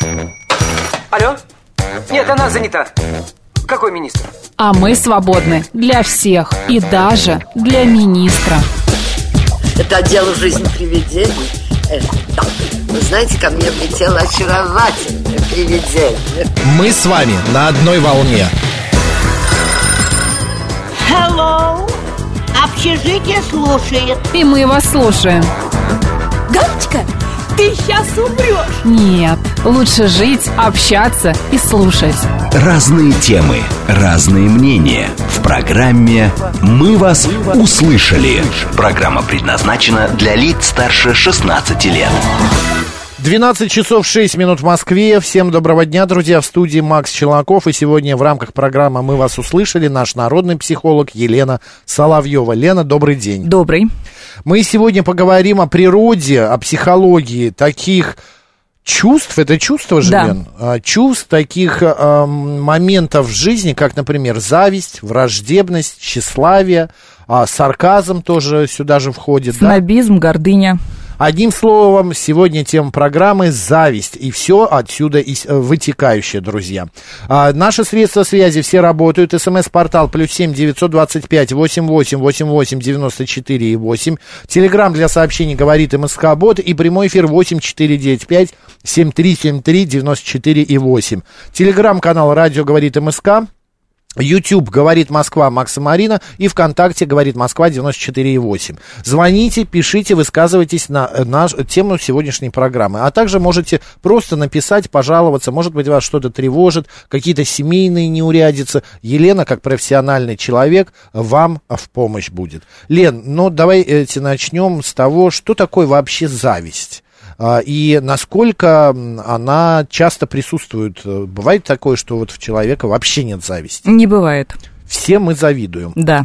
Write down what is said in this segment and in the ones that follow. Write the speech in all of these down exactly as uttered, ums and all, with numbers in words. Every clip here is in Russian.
Алло? Нет, она занята. Какой министр? А мы свободны для всех и даже для министра. Это отдел «Жизнь привидений». Э, да. Вы знаете, ко мне влетело очаровательное привидение. Мы с вами на одной волне. Hello. Общежитие слушает. И мы вас слушаем. Галочка, ты сейчас умрешь. Нет, лучше жить, общаться и слушать. Разные темы, разные мнения. В программе «Мы вас услышали». Программа предназначена для лиц старше шестнадцати лет. двенадцать часов шесть минут в Москве. Всем доброго дня, друзья. В студии Макс Челноков. И сегодня в рамках программы «Мы вас услышали» наш народный психолог Елена Соловьева. Лена, добрый день. Добрый. Мы сегодня поговорим о природе, о психологии таких чувств. Это чувство же, да. Лен? Чувств, таких э, моментов в жизни, как, например, зависть, враждебность, тщеславие, э, сарказм тоже сюда же входит. Снобизм, да? Гордыня. Одним словом, сегодня тема программы «Зависть». И все отсюда вытекающее, друзья. А, наши средства связи все работают. СМС-портал плюс семь девятьсот двадцать пять восемь восемь восемь восемь девяносто четыре восемь. Телеграм для сообщений говорит МСК-бот. И прямой эфир восемь четыре девять пять семь три семь три девяносто четыре восемь. Телеграм-канал «Радио говорит МСК». YouTube говорит Москва, Макс и Марина, и ВКонтакте говорит Москва девяносто четыре восемь. Звоните, пишите, высказывайтесь на нашу тему сегодняшней программы. А также можете просто написать, пожаловаться, может быть, вас что-то тревожит, какие-то семейные неурядицы. Елена, как профессиональный человек, вам в помощь будет. Лен, ну давайте начнем с того, что такое вообще зависть. И насколько она часто присутствует. Бывает такое, что вот в человека вообще нет зависти? Не бывает. Все мы завидуем. Да.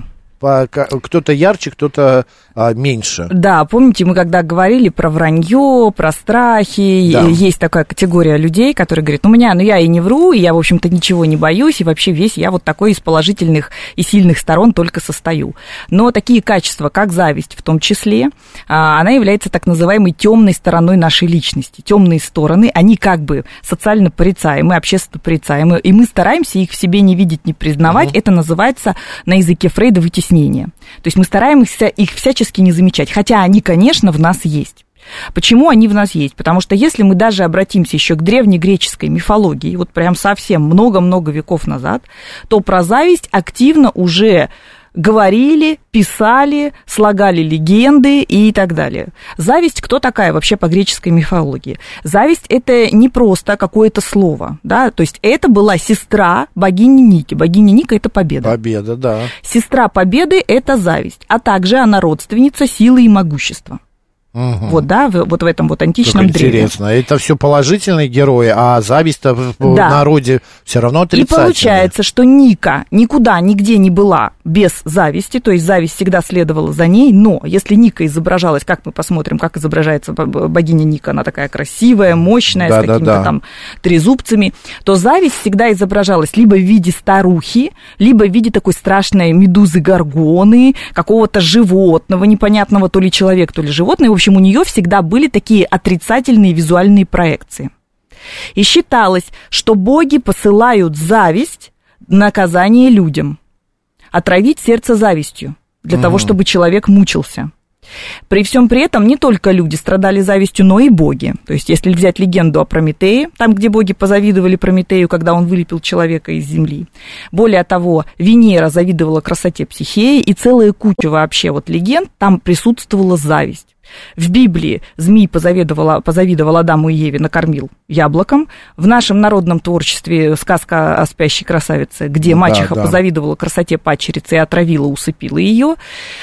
Кто-то ярче, кто-то а, меньше. Да, помните, мы когда говорили про вранье, про страхи, да. Есть такая категория людей, которые говорят, ну, меня, ну, я и не вру, и я, в общем-то, ничего не боюсь, и вообще весь я вот такой из положительных и сильных сторон только состою. Но такие качества, как зависть в том числе, она является так называемой темной стороной нашей личности. Темные стороны, они как бы социально порицаемы, общественно порицаемы, и мы стараемся их в себе не видеть, не признавать. Угу. Это называется на языке Фрейда вытеснение. То есть мы стараемся их всячески не замечать, хотя они, конечно, в нас есть. Почему они в нас есть? Потому что если мы даже обратимся еще к древнегреческой мифологии, вот прям совсем много-много веков назад, то про зависть активно уже говорили, писали, слагали легенды и так далее. Зависть кто такая вообще по греческой мифологии? Зависть – это не просто какое-то слово, да, то есть это была сестра богини Ники. Богиня Ника – это победа. Победа, да. Сестра победы – это зависть, а также она родственница силы и могущества. Угу. Вот, да, вот в этом вот античном древе. Интересно, это все положительные герои, а зависть-то в да. народе все равно отрицательная. И получается, что Ника никуда, нигде не была без зависти, то есть зависть всегда следовала за ней, но если Ника изображалась, как мы посмотрим, как изображается богиня Ника, она такая красивая, мощная, да, с какими-то да, да. там трезубцами, то зависть всегда изображалась либо в виде старухи, либо в виде такой страшной медузы Горгоны, какого-то животного непонятного, то ли человек, то ли животное. В общем, у нее всегда были такие отрицательные визуальные проекции. И считалось, что боги посылают зависть в наказание людям. Отравить сердце завистью, для mm-hmm. того, чтобы человек мучился. При всем при этом не только люди страдали завистью, но и боги. То есть, если взять легенду о Прометее, там, где боги позавидовали Прометею, когда он вылепил человека из земли. Более того, Венера завидовала красоте Психеи, и целая куча вообще вот легенд, там присутствовала зависть. В Библии змей позавидовал, позавидовал Адаму и Еве, накормил яблоком. В нашем народном творчестве сказка о спящей красавице, где мачеха да, да. позавидовала красоте падчерицы и отравила, усыпила ее.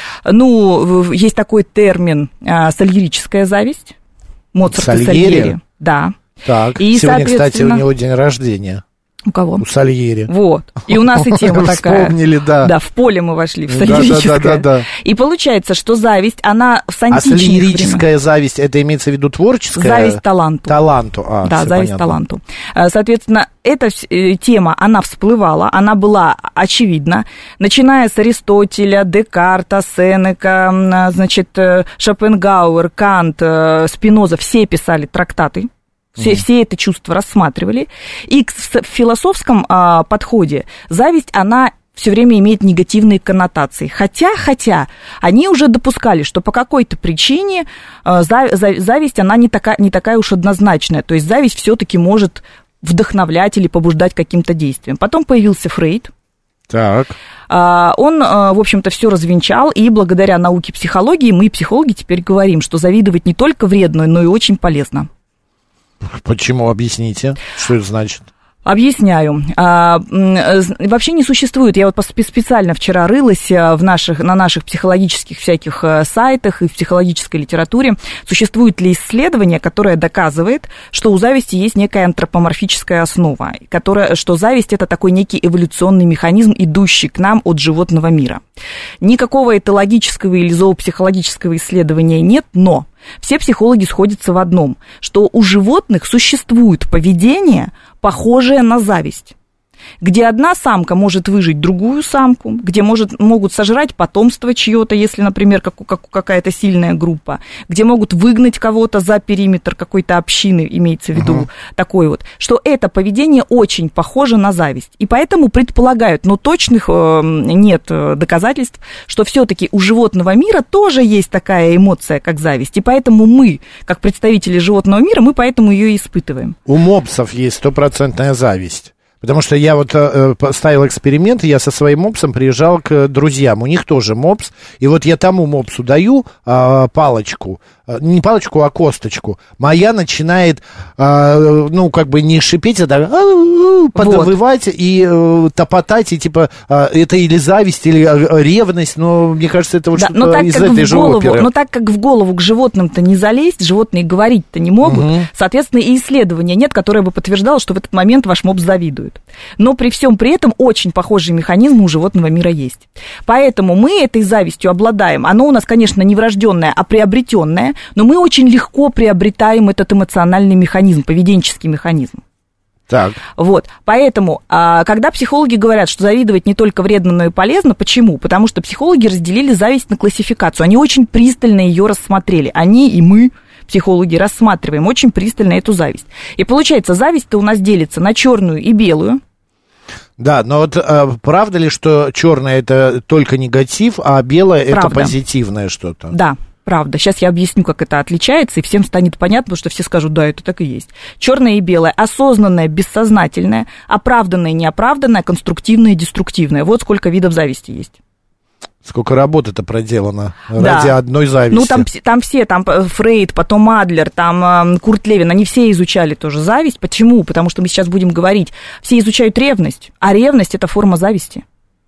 Ну, есть такой термин сальерическая зависть. Моцарт и Сальери. Да. Так, и, сегодня, кстати, у него день рождения. У кого? У Сальери. Вот. И у нас и тема такая. Вспомнили, да. Да, в поле мы вошли, в сальерическое. Да, да, да, да. И получается, что зависть, она в античных А сальерическая зависть, это имеется в виду творческая? Зависть таланту. Таланту, а, да, зависть понятно. Таланту. Соответственно, эта тема, она всплывала, она была очевидна, начиная с Аристотеля, Декарта, Сенека, значит, Шопенгауэр, Кант, Спиноза, все писали трактаты Все, mm. все это чувство рассматривали. И в философском а, подходе зависть, она все время имеет негативные коннотации. Хотя, хотя, они уже допускали, что по какой-то причине а, зависть, она не такая, не такая уж однозначная. То есть зависть все-таки может вдохновлять или побуждать каким-то действием. Потом появился Фрейд. Так. Он, в общем-то, все развенчал, и благодаря науке психологии мы, психологи, теперь говорим, что завидовать не только вредно, но и очень полезно. Почему? Объясните, что это значит? Объясняю. А, вообще не существует, я вот специально вчера рылась в наших, на наших психологических всяких сайтах и в психологической литературе, существует ли исследование, которое доказывает, что у зависти есть некая антропоморфическая основа, которая, что зависть – это такой некий эволюционный механизм, идущий к нам от животного мира. Никакого этологического или зоопсихологического исследования нет, но все психологи сходятся в одном, что у животных существует поведение, похожее на зависть, где одна самка может выжить другую самку, где может, могут сожрать потомство чье-то, если, например, как, как, какая-то сильная группа, где могут выгнать кого-то за периметр какой-то общины, имеется в виду uh-huh. такой вот, что это поведение очень похоже на зависть. И поэтому предполагают, но точных э, нет доказательств, что все-таки у животного мира тоже есть такая эмоция, как зависть. И поэтому мы, как представители животного мира, мы поэтому ее и испытываем. У мопсов есть стопроцентная зависть. Потому что я вот э, ставил эксперимент, я со своим мопсом приезжал к друзьям, у них тоже мопс, и вот я тому мопсу даю э, палочку, э, не палочку, а косточку, моя начинает, э, ну, как бы не шипеть, а так, э, подвывать вот. и э, топотать, и типа, э, это или зависть, или э, ревность, но мне кажется, это вот да, что-то из этой же голову, оперы. Но так как в голову к животным-то не залезть, животные говорить-то не могут, угу. соответственно, и исследования нет, которое бы подтверждало, что в этот момент ваш мопс завидует. Но при всем при этом очень похожие механизмы у животного мира есть. Поэтому мы этой завистью обладаем. Оно у нас, конечно, не врожденное, а приобретенное, но мы очень легко приобретаем этот эмоциональный механизм, поведенческий механизм. Так. Вот, поэтому, когда психологи говорят, что завидовать не только вредно, но и полезно, почему? Потому что психологи разделили зависть на классификацию, они очень пристально ее рассмотрели, они и мы, психологи, рассматриваем очень пристально эту зависть. И получается, зависть-то у нас делится на черную и белую. Да, но вот а, правда ли, что черное это только негатив, а белое правда. Это позитивное что-то? Да. Правда. Сейчас я объясню, как это отличается, и всем станет понятно, потому что все скажут, да, это так и есть. Черное и белое, осознанное, бессознательное, оправданное, неоправданное, конструктивное, деструктивное. Вот сколько видов зависти есть. Сколько работы-то проделано да. ради одной зависти. Ну, там, там все, там Фрейд, потом Адлер, там Курт Левин, они все изучали тоже зависть. Почему? Потому что мы сейчас будем говорить, все изучают ревность, а ревность – это форма зависти.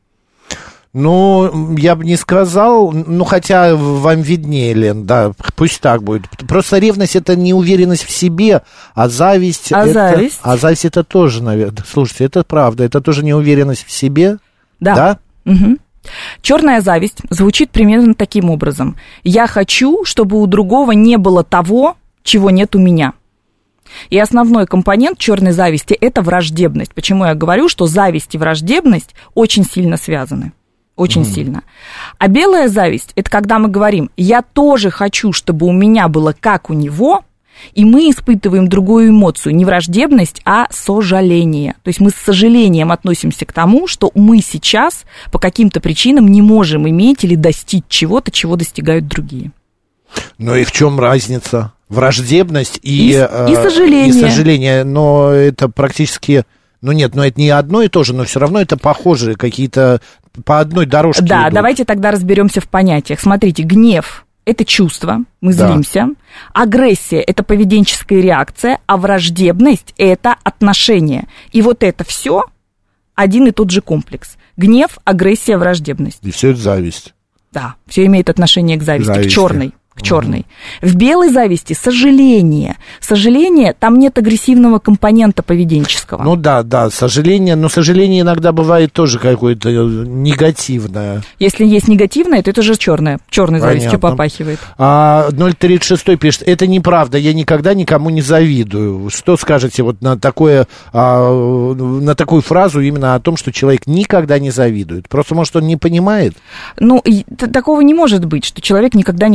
Ну, я бы не сказал, ну, хотя вам виднее, Лен, да, пусть так будет. Просто ревность – это не уверенность в себе, а зависть… А это, зависть? А зависть – это тоже, наверное, слушайте, это правда, это тоже неуверенность в себе, да? Да. Угу. Черная зависть звучит примерно таким образом. Я хочу, чтобы у другого не было того, чего нет у меня. И основной компонент черной зависти – это враждебность. Почему я говорю, что зависть и враждебность очень сильно связаны? Очень mm. сильно. А белая зависть – это когда мы говорим, я тоже хочу, чтобы у меня было как у него, и мы испытываем другую эмоцию, не враждебность, а сожаление. То есть мы с сожалением относимся к тому, что мы сейчас по каким-то причинам не можем иметь или достичь чего-то, чего достигают другие. Ну и в чем разница? Враждебность и, и, э, и сожаление. И сожаление, но это практически... Ну нет, но это не одно и то же, но все равно это похожие какие-то по одной дорожке Да, идут. Давайте тогда разберемся в понятиях. Смотрите, гнев – это чувство, мы да. злимся. Агрессия – это поведенческая реакция, а враждебность – это отношение. И вот это все один и тот же комплекс. Гнев, агрессия, враждебность. И все это зависть. Да, все имеет отношение к зависти, зависти. к черной. К черной. Угу. В белой зависти сожаление. Сожаление, там нет агрессивного компонента поведенческого. Ну да, да, сожаление, но сожаление иногда бывает тоже какое-то негативное. Если есть негативное, то это же черное. Черной завистью попахивает. А ноль тридцать шесть пишет, это неправда, я никогда никому не завидую. Что скажете вот на такое, а, на такую фразу именно о том, что человек никогда не завидует? Просто, может, он не понимает? Ну, такого не может быть, что человек никогда никому не завидует.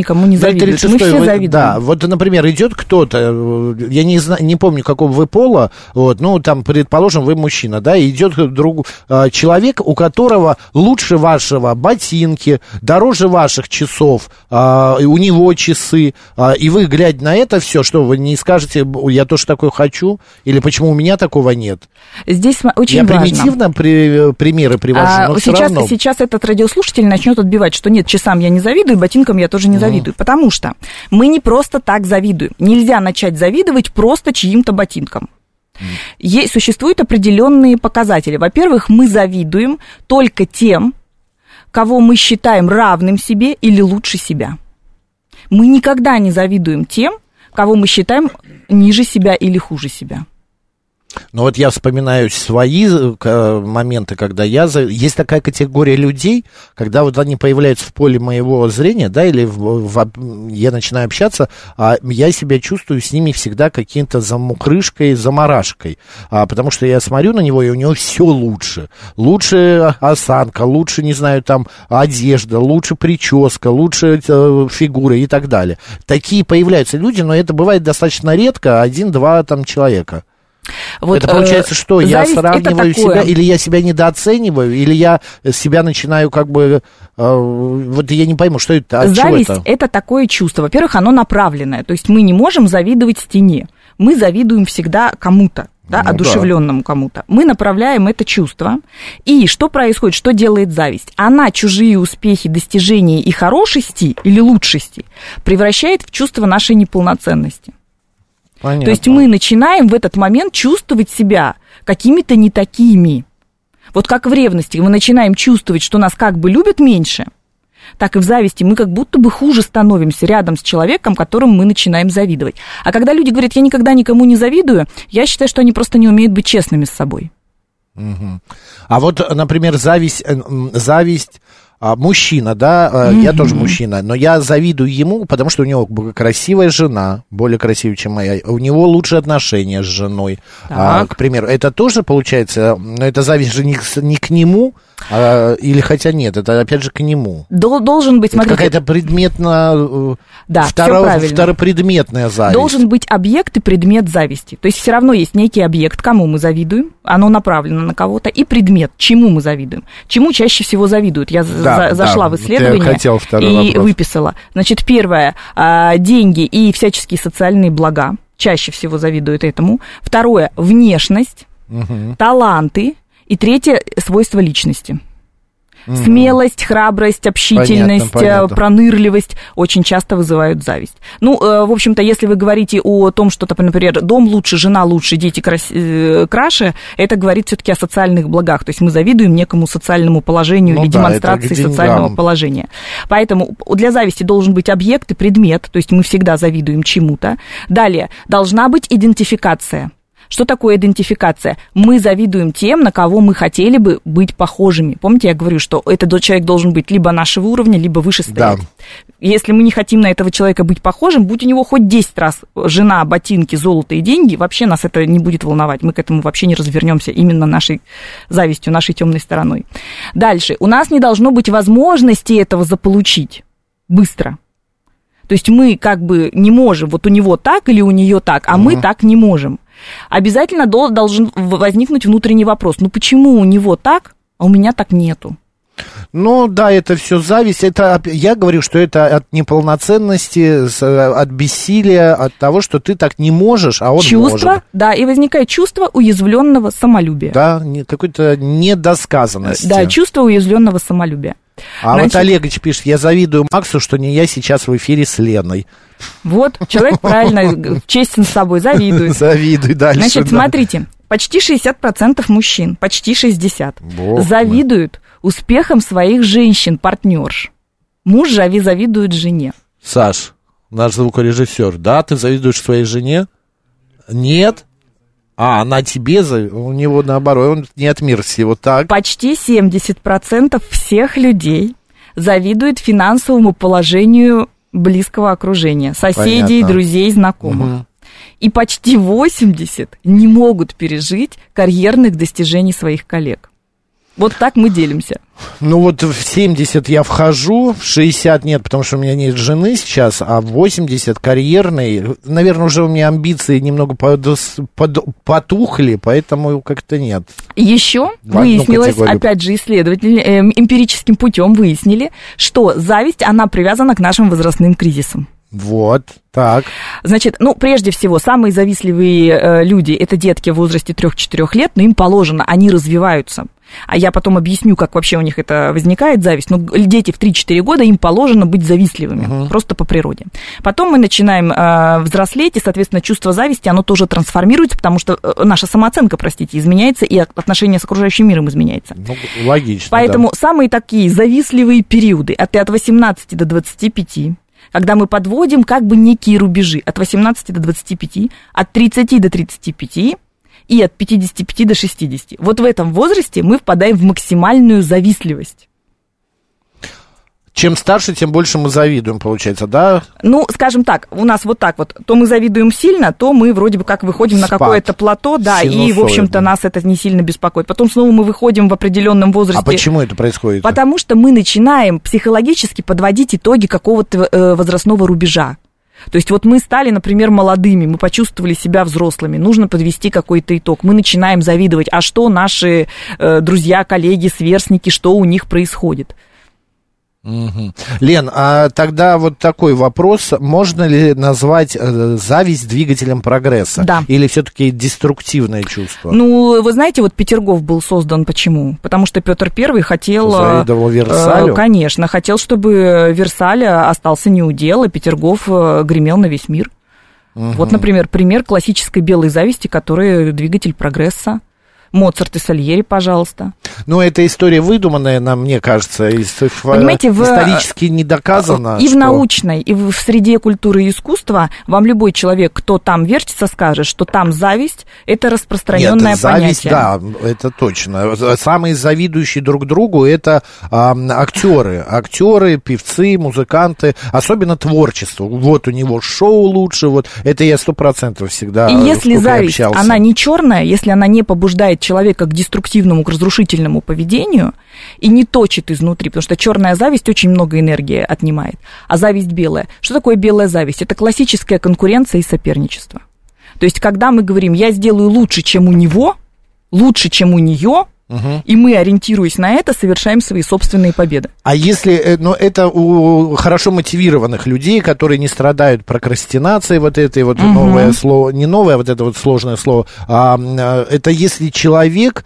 завидуют. Мы все вы, завидуем. Да, вот, например, идет кто-то, я не знаю, не помню, какого вы пола, вот, ну, там, предположим, вы мужчина, да, и идет друг, человек, у которого лучше вашего ботинки, дороже ваших часов, у него часы, и вы, глядя на это все, что вы не скажете, я тоже такое хочу, или почему у меня такого нет? Здесь очень я важно. примитивно при, примеры привожу, а, но сейчас, все равно. Сейчас этот радиослушатель начнет отбивать, что нет, часам я не завидую, ботинкам я тоже не mm. завидую, потому что мы не просто так завидуем. Нельзя начать завидовать просто чьим-то ботинкам. Mm. Есть, существуют определенные показатели. Во-первых, мы завидуем только тем, кого мы считаем равным себе или лучше себя. Мы никогда не завидуем тем, кого мы считаем ниже себя или хуже себя. Ну вот я вспоминаю свои моменты, когда я... Есть такая категория людей, когда вот они появляются в поле моего зрения, да, или в, в, я начинаю общаться, а я себя чувствую с ними всегда каким-то замухрышкой, заморашкой, а, потому что я смотрю на него, и у него все лучше. Лучше осанка, лучше, не знаю, там, одежда, лучше прическа, лучше э, фигура и так далее. Такие появляются люди, но это бывает достаточно редко, один-два там человека. Вот, это получается, что я сравниваю себя, или я себя недооцениваю, или я себя начинаю как бы, э, вот я не пойму, что это, от зависть чего это? Это такое чувство. Во-первых, оно направленное, то есть мы не можем завидовать стене, мы завидуем всегда кому-то. Да, ну, одушевленному да. кому-то. Мы направляем это чувство. И что происходит, что делает зависть? Она чужие успехи, достижения и хорошести или лучшести превращает в чувство нашей неполноценности. Понятно. То есть мы начинаем в этот момент чувствовать себя какими-то не такими. Вот как в ревности мы начинаем чувствовать, что нас как бы любят меньше, так и в зависти мы как будто бы хуже становимся рядом с человеком, которому мы начинаем завидовать. А когда люди говорят, я никогда никому не завидую, я считаю, что они просто не умеют быть честными с собой. Угу. А вот, например, зависть... зависть... А, мужчина, да, mm-hmm. я тоже мужчина, но я завидую ему, потому что у него красивая жена, более красивая, чем моя, у него лучшие отношения с женой, а, к примеру. Это тоже получается, но это зависть же не к, не к нему, а, или хотя нет, это опять же к нему. Дол- должен быть, смотрите... какая-то предметно... Да, второ- второпредметная зависть. Должен быть объект и предмет зависти. То есть все равно есть некий объект, кому мы завидуем, оно направлено на кого-то, и предмет, чему мы завидуем. Чему чаще всего завидуют? Я да, за- зашла да, в исследование и вопрос. выписала. Значит, первое, деньги и всяческие социальные блага. Чаще всего завидуют этому. Второе, внешность, угу. таланты. И третье, свойства личности. Mm-hmm. Смелость, храбрость, общительность, понятно, понятно. пронырливость очень часто вызывают зависть. Ну, в общем-то, если вы говорите о том, что, например, дом лучше, жена лучше, дети краше, это говорит все-таки о социальных благах. То есть мы завидуем некому социальному положению ну, или да, демонстрации социального положения. Поэтому для зависти должен быть объект и предмет, то есть мы всегда завидуем чему-то. Далее, должна быть идентификация. Что такое идентификация? Мы завидуем тем, на кого мы хотели бы быть похожими. Помните, я говорю, что этот человек должен быть либо нашего уровня, либо выше стоять. Да. Если мы не хотим на этого человека быть похожим, будь у него хоть десять раз жена, ботинки, золото и деньги, вообще нас это не будет волновать. Мы к этому вообще не развернемся именно нашей завистью, нашей темной стороной. Дальше. У нас не должно быть возможности этого заполучить быстро. То есть мы как бы не можем, вот у него так или у нее так, а угу. мы так не можем. Обязательно должен возникнуть внутренний вопрос. Ну, почему у него так, а у меня так нету? Ну, да, это все зависть. Это, я говорю, что это от неполноценности, от бессилия, от того, что ты так не можешь, а он чувство, может. Чувство, да, и возникает чувство уязвленного самолюбия. Да, какой-то недосказанности. Да, чувство уязвленного самолюбия. А Значит, вот Олегович пишет, я завидую Максу, что не я сейчас в эфире с Леной. Вот, человек правильно, честен с собой, завидует. Завидуй дальше. Значит, да. смотрите, почти шестьдесят процентов мужчин, почти шестьдесят процентов, завидуют мой. успехам своих женщин, партнерш. Муж же завидует жене. Саш, наш звукорежиссер, да, ты завидуешь своей жене? Нет? А, она тебе, у него наоборот, он не от мира сего, так? Почти семьдесят процентов всех людей завидуют финансовому положению близкого окружения, соседей, понятно. Друзей, знакомых. Угу. И почти восемьдесят процентов не могут пережить карьерных достижений своих коллег. Вот так мы делимся. Ну вот в семьдесят я вхожу, в шестьдесят нет, потому что у меня нет жены сейчас, а в восемьдесят карьерный, наверное, уже у меня амбиции немного под, под, потухли, поэтому как-то нет. Еще выяснилось, опять же, исследователи э, эмпирическим путем выяснили, что зависть, она привязана к нашим возрастным кризисам. Вот, так. Значит, ну, прежде всего, самые завистливые э, люди – это детки в возрасте трех-четырех лет, но им положено, они развиваются. А я потом объясню, как вообще у них это возникает, зависть. Но дети в три-четыре года, им положено быть завистливыми, uh-huh. просто по природе. Потом мы начинаем э, взрослеть, и, соответственно, чувство зависти, оно тоже трансформируется, потому что э, наша самооценка, простите, изменяется, и отношение с окружающим миром изменяется. Ну, логично, Поэтому да. самые такие завистливые периоды, это от восемнадцати до двадцати пяти, когда мы подводим как бы некие рубежи от восемнадцати до двадцати пяти, от тридцати до тридцати пяти и от пятидесяти пяти до шестидесяти. Вот в этом возрасте мы впадаем в максимальную завистливость. Чем старше, тем больше мы завидуем, получается, да? Ну, скажем так, у нас вот так вот, то мы завидуем сильно, то мы вроде бы как выходим Спад. на какое-то плато, да, и, в общем-то, нас это не сильно беспокоит. Потом снова мы выходим в определенном возрасте. А почему это происходит? Потому что мы начинаем психологически подводить итоги какого-то э, возрастного рубежа. То есть вот мы стали, например, молодыми, мы почувствовали себя взрослыми, нужно подвести какой-то итог. Мы начинаем завидовать, а что наши э, друзья, коллеги, сверстники, что у них происходит. Угу. Лен, а тогда вот такой вопрос, можно ли назвать э, зависть двигателем прогресса? Да. Или все-таки деструктивное чувство? Ну, вы знаете, вот Петергоф был создан почему? Потому что Петр Первый хотел... Завидовал Версалю? Э, конечно, хотел, чтобы Версаль остался неудел, и Петергоф гремел на весь мир. Угу. Вот, например, пример классической белой зависти, который двигатель прогресса. Моцарт и Сальери, пожалуйста. Ну, эта история выдуманная, нам, мне кажется, Понимаете, в, исторически не доказана. И что... в научной, и в среде культуры и искусства вам любой человек, кто там вертится, скажет, что там зависть – это распространенное Нет, зависть, понятие. Да, это точно. Самые завидующие друг другу – это а, актеры. Актеры, певцы, музыканты, особенно творчество. Вот у него шоу лучше, вот это я сто процентов всегда. И если зависть, она не черная, если она не побуждает человека к деструктивному, к разрушительному поведению и не точит изнутри, потому что черная зависть очень много энергии отнимает, а зависть белая. Что такое белая зависть? Это классическая конкуренция и соперничество. То есть, когда мы говорим, я сделаю лучше, чем у него, лучше, чем у нее, угу. и мы, ориентируясь на это, совершаем свои собственные победы. А если, ну, это у хорошо мотивированных людей, которые не страдают прокрастинацией, вот это вот угу. новое слово, не новое, а вот это вот сложное слово, а, это если человек...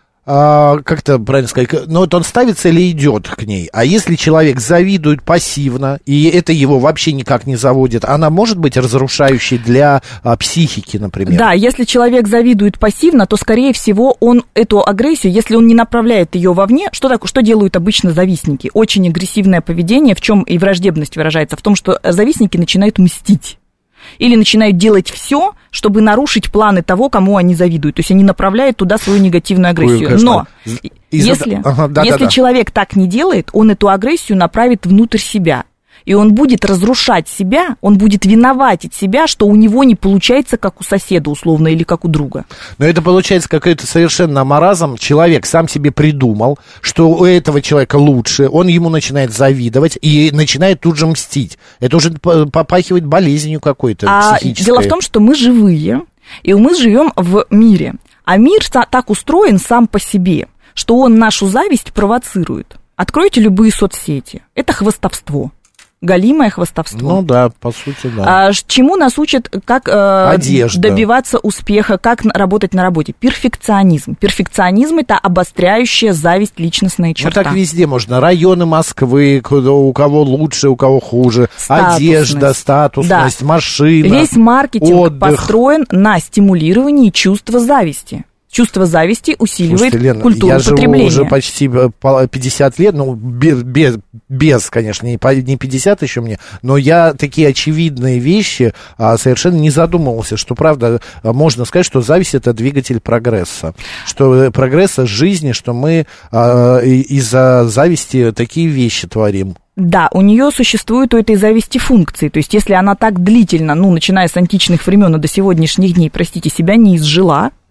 А, как-то правильно сказать, ну вот он ставится или идет к ней, а если человек завидует пассивно, и это его вообще никак не заводит, она может быть разрушающей для а, психики, например? Да, если человек завидует пассивно, то, скорее всего, он эту агрессию, если он не направляет ее вовне, что такое, что делают обычно завистники? Очень агрессивное поведение, в чем и враждебность выражается, в том, что завистники начинают мстить. Или начинают делать все, чтобы нарушить планы того, кому они завидуют. То есть они направляют туда свою негативную агрессию. Ой, Но Из если, ага, да, если да, да. человек так не делает, он эту агрессию направит внутрь себя. И он будет разрушать себя, он будет виноватить себя, что у него не получается, как у соседа, условно, или как у друга. Но это получается какой-то совершенно маразм. Человек сам себе придумал, что у этого человека лучше, он ему начинает завидовать и начинает тут же мстить. Это уже попахивает болезнью какой-то а психической. Дело в том, что мы живые, и мы живем в мире. А мир так устроен сам по себе, что он нашу зависть провоцирует. Откройте любые соцсети. Это хвастовство. Галимое хвастовство. Ну да, по сути, да. А, чему нас учат, как э, добиваться успеха, как работать на работе? Перфекционизм. Перфекционизм – это обостряющая зависть личностная черта. Ну так везде можно. Районы Москвы, у кого лучше, у кого хуже. Статусность. Одежда, статусность, да. машина, весь маркетинг отдых. Построен на стимулировании чувства зависти. Чувство зависти усиливает Слушайте, Лена, культуру я потребления. Я живу уже почти пятьдесят лет, ну, без, без, без конечно, не пятьдесят еще мне, но я такие очевидные вещи а, совершенно не задумывался, что, правда, можно сказать, что зависть – это двигатель прогресса, что прогресса жизни, что мы а, из-за зависти такие вещи творим. Да, у нее существуют у этой зависти функции, то есть если она так длительно, ну, начиная с античных времен и до сегодняшних дней, простите, себя не изжила,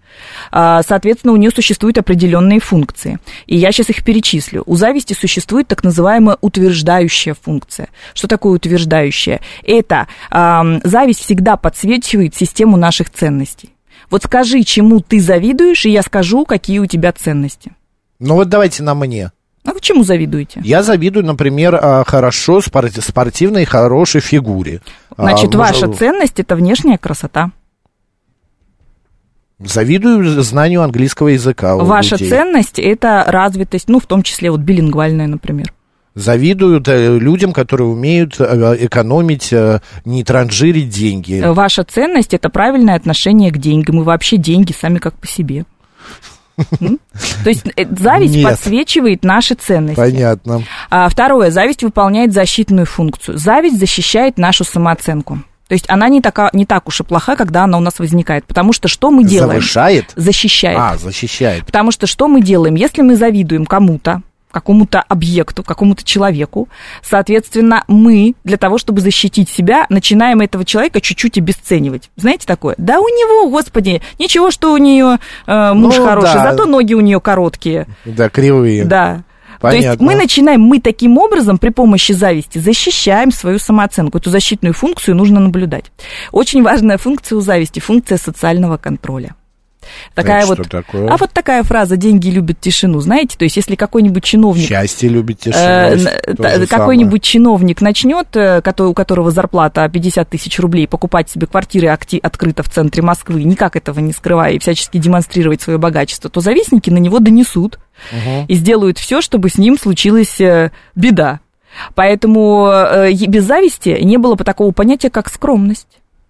Соответственно, у нее существуют определенные функции. И я сейчас их перечислю. У зависти существует так называемая утверждающая функция. Что такое утверждающая? Это зависть всегда подсвечивает систему наших ценностей. Вот скажи, чему ты завидуешь, и я скажу, какие у тебя ценности. Ну вот давайте на мне. А вы чему завидуете? Я завидую, например, хорошо спортивной, хорошей фигуре. Значит, а, ваша может... ценность – это внешняя красота. Завидую знанию английского языка у Ваша людей. ценность – это развитость, ну, в том числе вот билингвальная, например. Завидуют людям, которые умеют экономить, не транжирить деньги. Ваша ценность – это правильное отношение к деньгам, и вообще деньги сами как по себе. То есть зависть Нет. подсвечивает наши ценности. Понятно. А второе, зависть выполняет защитную функцию. Зависть защищает нашу самооценку. То есть она не, така, не так уж и плоха, когда она у нас возникает. Потому что что мы делаем? Завышает? Защищает. А, защищает. Потому что что мы делаем? Если мы завидуем кому-то, какому-то объекту, какому-то человеку, соответственно, мы для того, чтобы защитить себя, начинаем этого человека чуть-чуть обесценивать. Знаете такое? Да у него, господи, ничего, что у нее э, муж ну, хороший, да. Зато ноги у нее короткие. Да, кривые. Да. Понятно. То есть мы начинаем, мы таким образом при помощи зависти защищаем свою самооценку. Эту защитную функцию нужно наблюдать. Очень важная функция у зависти, функция социального контроля. Такая вот, такое? А вот такая фраза «деньги любят тишину», знаете, то есть если какой-нибудь чиновник... Счастье любит тишину. Э, какой-нибудь чиновник начнет, у которого зарплата пятьдесят тысяч рублей, покупать себе квартиры открыто в центре Москвы, никак этого не скрывая и всячески демонстрировать свое богатство, то завистники на него донесут угу. и сделают все, чтобы с ним случилась беда. Поэтому без зависти не было бы такого понятия, как скромность.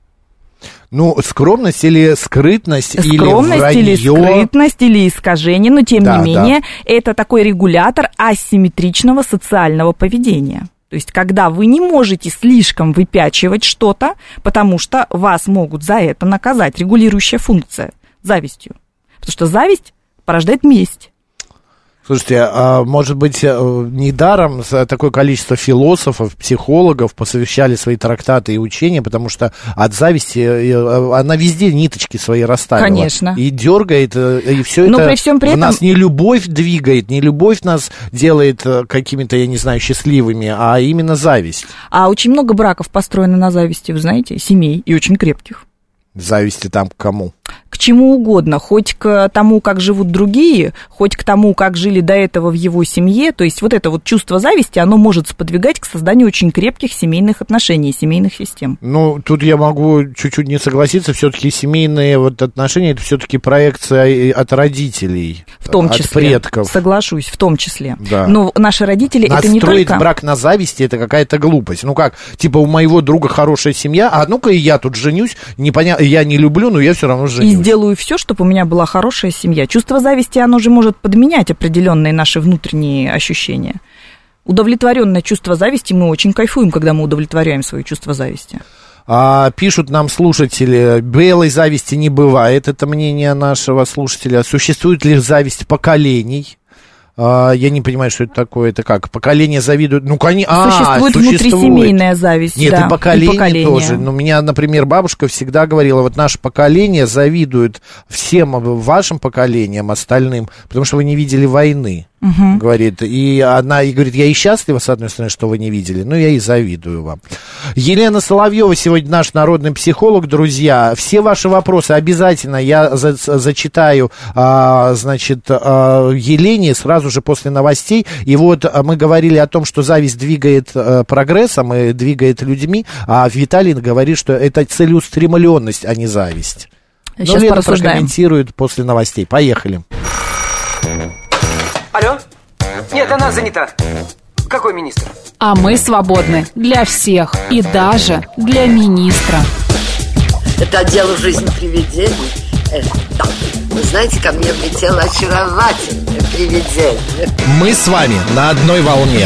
Ну, скромность или скрытность, скромность или вранье. Скромность или скрытность, или искажение, но тем да, не менее, да. это такой регулятор асимметричного социального поведения. То есть, когда вы не можете слишком выпячивать что-то, потому что вас могут за это наказать, регулирующая функция завистью. Потому что зависть порождает месть. Слушайте, а может быть, недаром такое количество философов, психологов посовещали свои трактаты и учения, потому что от зависти она везде ниточки свои расставила. Конечно. И дергает, и все Но это при всем при этом... нас не любовь двигает, не любовь нас делает какими-то, я не знаю, счастливыми, а именно зависть. А очень много браков построено на зависти, вы знаете, семей, и очень крепких. Зависти там к кому? К чему угодно, хоть к тому, как живут другие, хоть к тому, как жили до этого в его семье. То есть вот это вот чувство зависти, оно может сподвигать к созданию очень крепких семейных отношений, семейных систем. Ну, тут я могу чуть-чуть не согласиться. Все-таки семейные вот отношения, это все-таки проекция от родителей, в том числе, от предков. Соглашусь, в том числе. Да. Но наши родители, Настроить это не только... Настроить брак на зависти, это какая-то глупость. Ну как, типа у моего друга хорошая семья, а ну-ка и я тут женюсь, непонятно, я не люблю, но я все равно женюсь. И сделаю все, чтобы у меня была хорошая семья. Чувство зависти, оно же может подменять определенные наши внутренние ощущения. Удовлетворенное чувство зависти, мы очень кайфуем, когда мы удовлетворяем свое чувство зависти. А, пишут нам слушатели, белой зависти не бывает, это мнение нашего слушателя. Существует ли зависть поколений? А, я не понимаю, что это такое. Это как? Поколение завидует? Ну, конечно. Существует, а, существует внутрисемейная зависть. Нет, да, и, поколение и поколение тоже. Ну, меня, например, бабушка всегда говорила, вот наше поколение завидует всем вашим поколениям остальным, потому что вы не видели войны. Угу. Говорит, и она и говорит, я и счастлива, с одной стороны, что вы не видели, но я и завидую вам. Елена Соловьева сегодня наш народный психолог, друзья. Все ваши вопросы обязательно я за, зачитаю, а, значит, а, Елене сразу же после новостей. И вот мы говорили о том, что зависть двигает а, прогрессом и двигает людьми, а Виталий говорит, что это целеустремленность, а не зависть. Сейчас но Лена порассуждаем. Прокомментирует после новостей. Поехали. Алло? Нет, она занята. Какой министр? А мы свободны для всех и даже для министра. Это дело жизни привидений. Э, да. Вы знаете, ко мне влетело очаровательное привидение. Мы с вами на одной волне.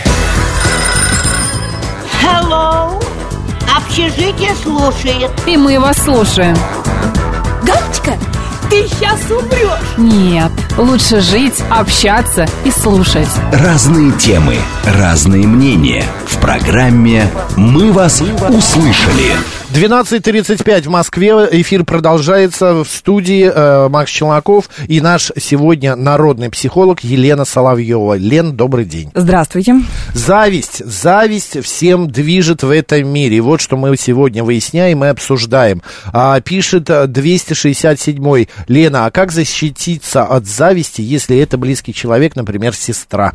Hello! Общежитие слушает. И мы вас слушаем. Галочка, ты сейчас умрешь. Нет, лучше жить, общаться и слушать. Разные темы, разные мнения. В программе «Мы вас услышали». двенадцать тридцать пять в Москве. Эфир продолжается в студии. э, Макс Челноков и наш сегодня народный психолог Елена Соловьева. Лен, добрый день. Здравствуйте. Зависть. Зависть всем движет в этом мире. И вот что мы сегодня выясняем и обсуждаем. А, пишет двести шестьдесят седьмой. Лена, а как защититься от зависти, если это близкий человек, например, сестра?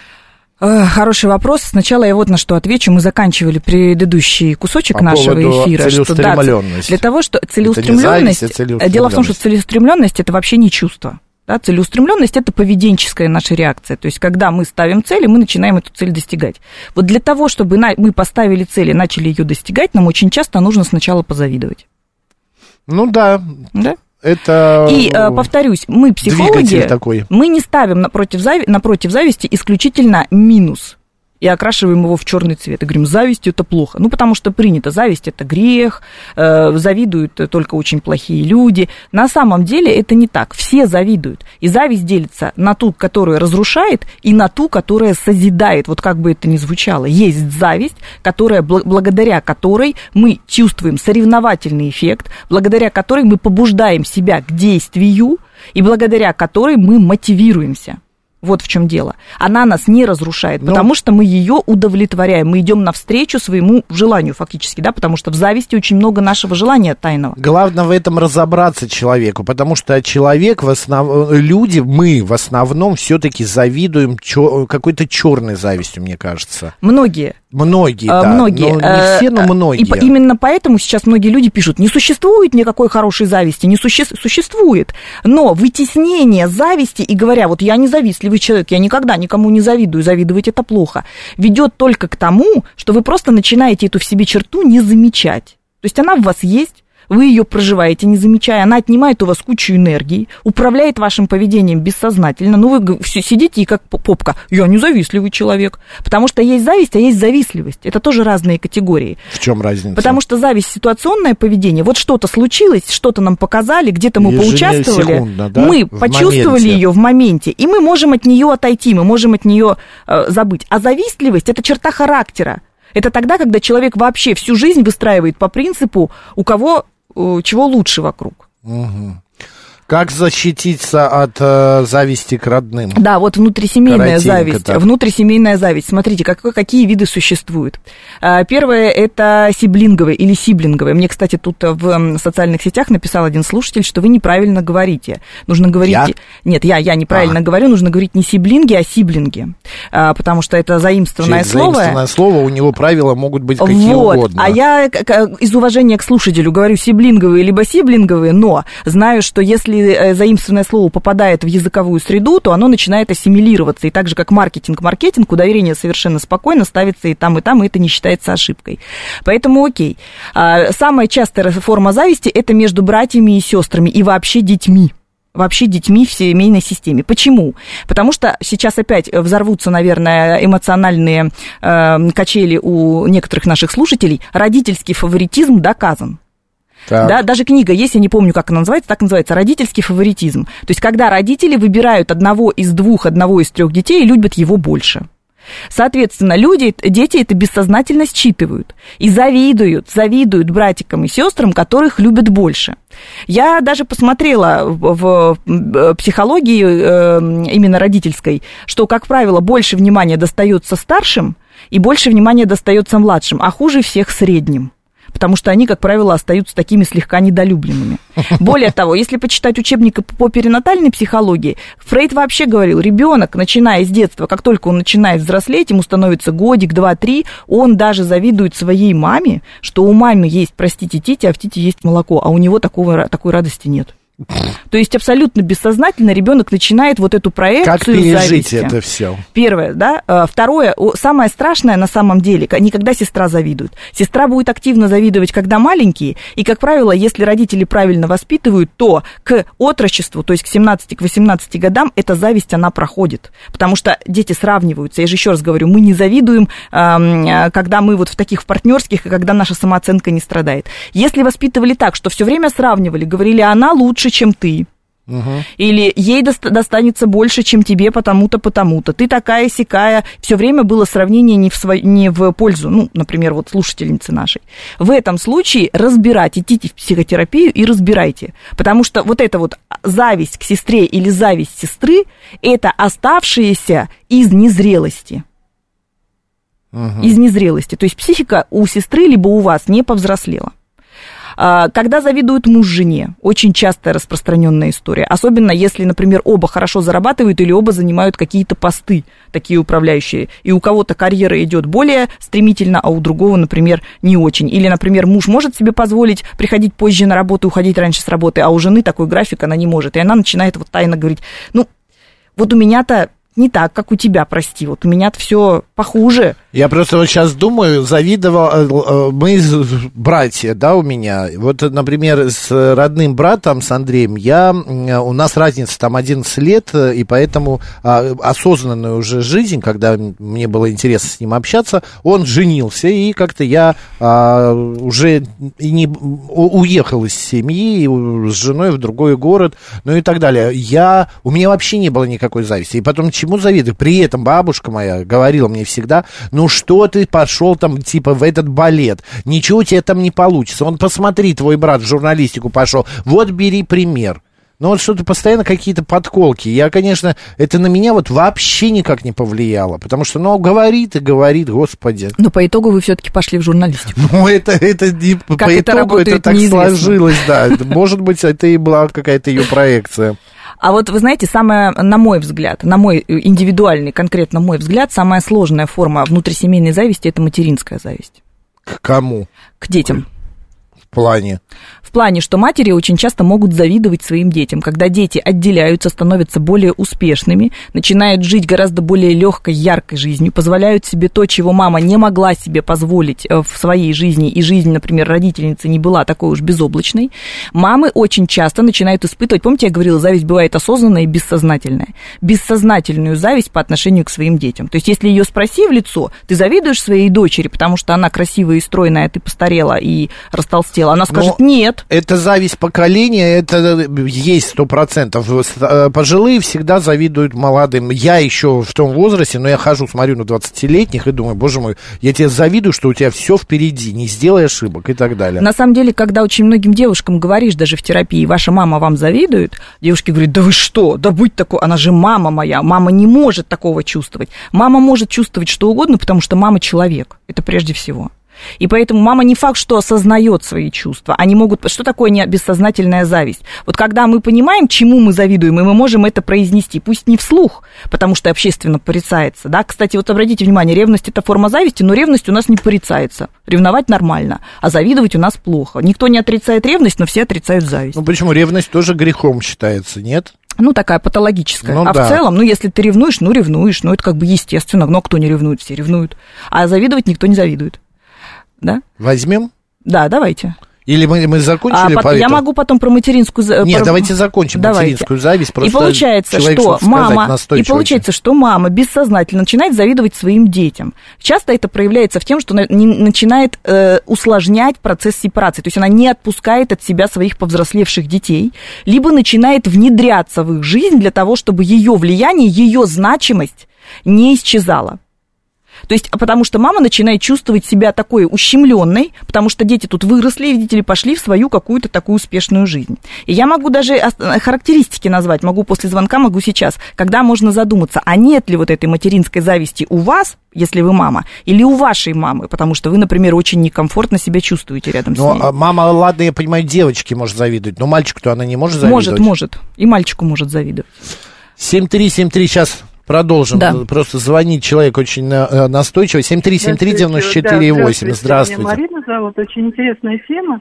Хороший вопрос. Сначала я вот на что отвечу. Мы заканчивали предыдущий кусочек По нашего эфира. Целеустремленность. Что, да, для того, что целеустремленность, зависть, а целеустремленность. Дело в том, что целеустремленность это вообще не чувство. Да, целеустремленность это поведенческая наша реакция. То есть, когда мы ставим цели, мы начинаем эту цель достигать. Вот для того, чтобы на, мы поставили цель и начали ее достигать, нам очень часто нужно сначала позавидовать. Ну да. Да? Это... И, э, повторюсь, мы, психологи, такой. мы не ставим напротив, зави... напротив зависти исключительно минус и окрашиваем его в черный цвет. И говорим, зависть – это плохо. Ну, потому что принято, зависть – это грех, э, завидуют только очень плохие люди. На самом деле это не так. Все завидуют. И зависть делится на ту, которая разрушает, и на ту, которая созидает. Вот как бы это ни звучало. Есть зависть, которая, благодаря которой мы чувствуем соревновательный эффект, благодаря которой мы побуждаем себя к действию, и благодаря которой мы мотивируемся. Вот в чем дело. Она нас не разрушает, Но... потому что мы ее удовлетворяем. Мы идем навстречу своему желанию фактически, да, потому что в зависти очень много нашего желания тайного. Главное в этом разобраться человеку, потому что человек, в основ... люди, мы в основном все-таки завидуем чё... какой-то черной завистью, мне кажется. Многие. Многие, да. Многие. Но не все, но многие. И именно поэтому сейчас многие люди пишут, не существует никакой хорошей зависти, не суще... существует. Но вытеснение зависти и говоря, вот я не завистливый человек, я никогда никому не завидую, завидовать это плохо, ведет только к тому, что вы просто начинаете эту в себе черту не замечать. То есть она в вас есть, вы ее проживаете, не замечая, она отнимает у вас кучу энергии, управляет вашим поведением бессознательно. Ну, вы сидите и как попка, я не завистливый человек. Потому что есть зависть, а есть завистливость. Это тоже разные категории. В чем разница? Потому что зависть – ситуационное поведение. Вот что-то случилось, что-то нам показали, где-то мы поучаствовали, да? Мы в почувствовали моменте. Ее в моменте, и мы можем от нее отойти, мы можем от нее э, забыть. А завистливость – это черта характера. Это тогда, когда человек вообще всю жизнь выстраивает по принципу, у кого чего лучше вокруг. Угу. Как защититься от э, зависти к родным? Да, вот внутрисемейная Коротенько зависть. Так. Внутрисемейная зависть. Смотрите, как, какие виды существуют. Первое – это сиблинговая или сиблинговая. Мне, кстати, тут в социальных сетях написал один слушатель, что вы неправильно говорите. Нужно говорить... Я? Нет, я, я неправильно а. говорю. Нужно говорить не сиблинги, а сиблинги. Потому что это заимствованное Через слово. Заимствованное слово, у него правила могут быть какие вот. угодно. А я из уважения к слушателю говорю сиблинговые либо сиблинговые, но знаю, что если заимствованное слово попадает в языковую среду, то оно начинает ассимилироваться. И так же, как маркетинг, маркетинг, ударение совершенно спокойно ставится и там, и там, и это не считается ошибкой. Поэтому окей. Самая частая форма зависти – это между братьями и сестрами, и вообще детьми. Вообще детьми в семейной системе. Почему? Потому что сейчас опять взорвутся, наверное, эмоциональные э, качели у некоторых наших слушателей. Родительский фаворитизм доказан. Да, даже книга есть, я не помню, как она называется, так называется, родительский фаворитизм. То есть, когда родители выбирают одного из двух, одного из трех детей и любят его больше. Соответственно, люди, дети это бессознательно считывают и завидуют, завидуют братикам и сестрам, которых любят больше. Я даже посмотрела в психологии именно родительской, что, как правило, больше внимания достается старшим и больше внимания достается младшим, а хуже всех средним. Потому что они, как правило, остаются такими слегка недолюбленными. Более того, если почитать учебник по перинатальной психологии, Фрейд вообще говорил, ребенок, начиная с детства, как только он начинает взрослеть, ему становится годик, два, три, он даже завидует своей маме, что у мамы есть, простите, тити, а в тити есть молоко, а у него такого, такой радости нет. То есть абсолютно бессознательно ребенок начинает вот эту проекцию как пережить зависти. Это все? Первое, да. Второе, самое страшное на самом деле, не когда сестра завидует. Сестра будет активно завидовать, когда маленькие, и, как правило, если родители правильно воспитывают, то к отрочеству, то есть к семнадцати, к восемнадцати годам, эта зависть, она проходит. Потому что дети сравниваются. Я же еще раз говорю, мы не завидуем, когда мы вот в таких в партнерских, и когда наша самооценка не страдает. Если воспитывали так, что все время сравнивали, говорили, она лучше, чем ты, Угу. Или ей доста- достанется больше, чем тебе, потому-то, потому-то. Ты такая-сякая. Все время было сравнение не в, сво... не в пользу, ну, например, вот слушательницы нашей. В этом случае разбирать, идите в психотерапию и разбирайте. Потому что вот эта вот зависть к сестре или зависть сестры, это оставшиеся из незрелости. Угу. Из незрелости. То есть психика у сестры либо у вас не повзрослела. Когда завидует муж жене, очень частая распространенная история. Особенно если, например, оба хорошо зарабатывают или оба занимают какие-то посты, такие управляющие. И у кого-то карьера идет более стремительно, а у другого, например, не очень. Или, например, муж может себе позволить приходить позже на работу, уходить раньше с работы, а у жены такой график она не может. И она начинает вот тайно говорить, ну, вот у меня-то не так, как у тебя, прости, вот у меня-то все похуже. Я просто вот сейчас думаю, завидовал, мы братья, да, у меня, вот, например, с родным братом, с Андреем, я, у нас разница там одиннадцать лет, и поэтому осознанную уже жизнь, когда мне было интересно с ним общаться, он женился, и как-то я а, уже и не, уехал из семьи с женой в другой город, ну и так далее. Я, у меня вообще не было никакой зависти, и потом чему завидую? При этом бабушка моя говорила мне всегда, ну что ты пошел там, типа, в этот балет, ничего у тебя там не получится, вон посмотри, твой брат в журналистику пошел, вот бери пример. Ну вот что-то постоянно какие-то подколки. Я, конечно, это на меня вот вообще никак не повлияло, потому что, ну, говорит и говорит, господи. Но по итогу вы все-таки пошли в журналистику. Ну, это, это не, по итогу это так сложилось, да. Может быть, это и была какая-то ее проекция. А вот, вы знаете, самая, на мой взгляд, на мой индивидуальный, конкретно мой взгляд, самая сложная форма внутрисемейной зависти – это материнская зависть. К кому? К детям. В плане? В плане, что матери очень часто могут завидовать своим детям. Когда дети отделяются, становятся более успешными, начинают жить гораздо более легкой, яркой жизнью, позволяют себе то, чего мама не могла себе позволить в своей жизни, и жизнь, например, родительницы не была такой уж безоблачной, мамы очень часто начинают испытывать, помните, я говорила, зависть бывает осознанная и бессознательная, бессознательную зависть по отношению к своим детям. То есть, если ее спроси в лицо, ты завидуешь своей дочери, потому что она красивая и стройная, а ты постарела и растолстела, она скажет Но... нет. Это зависть поколения, это есть сто процентов. Пожилые всегда завидуют молодым. Я еще в том возрасте, но я хожу, смотрю на двадцатилетних и думаю, боже мой, я тебе завидую, что у тебя все впереди, не сделай ошибок и так далее. На самом деле, когда очень многим девушкам говоришь, даже в терапии, ваша мама вам завидует, девушки говорят, да вы что, да будь такой, она же мама моя, мама не может такого чувствовать. Мама может чувствовать что угодно, потому что мама человек, это прежде всего. И поэтому мама не факт, что осознает свои чувства. Они могут... Что такое не бессознательная зависть? Вот когда мы понимаем, чему мы завидуем, и мы можем это произнести, пусть не вслух, потому что общественно порицается. Да? Кстати, вот обратите внимание, ревность – это форма зависти, но ревность у нас не порицается. Ревновать нормально, а завидовать у нас плохо. Никто не отрицает ревность, но все отрицают зависть. Ну почему? Ревность тоже грехом считается, нет? Ну, такая патологическая. Ну, а да. в целом, ну, если ты ревнуешь, ну, ревнуешь. Ну, это как бы естественно. Но кто не ревнует? Все ревнуют. А завидовать никто не завидует. Да? Возьмем? Да, давайте. Или мы, мы закончили? А, по, я могу потом про материнскую зависть. Нет, про... давайте закончим давайте. материнскую зависть. И получается, что мама, и получается, что мама бессознательно начинает завидовать своим детям. Часто это проявляется в том, что она начинает э, усложнять процесс сепарации. То есть она не отпускает от себя своих повзрослевших детей, либо начинает внедряться в их жизнь для того, чтобы ее влияние, ее значимость не исчезала. То есть, потому что мама начинает чувствовать себя такой ущемленной, потому что дети тут выросли, видите ли, пошли в свою какую-то такую успешную жизнь. И я могу даже характеристики назвать, могу после звонка, могу сейчас, когда можно задуматься, а нет ли вот этой материнской зависти у вас, если вы мама, или у вашей мамы, потому что вы, например, очень некомфортно себя чувствуете рядом но, с ней. Мама, ладно, я понимаю, девочке может завидовать, но мальчику-то она не может завидовать? Может, может, и мальчику может завидовать. семь три семь три, сейчас... Продолжим. Да. Просто звонит человек очень настойчиво. семь три семь три девяносто четыре восемь. Здравствуйте. Меня Марина зовут. Очень интересная тема.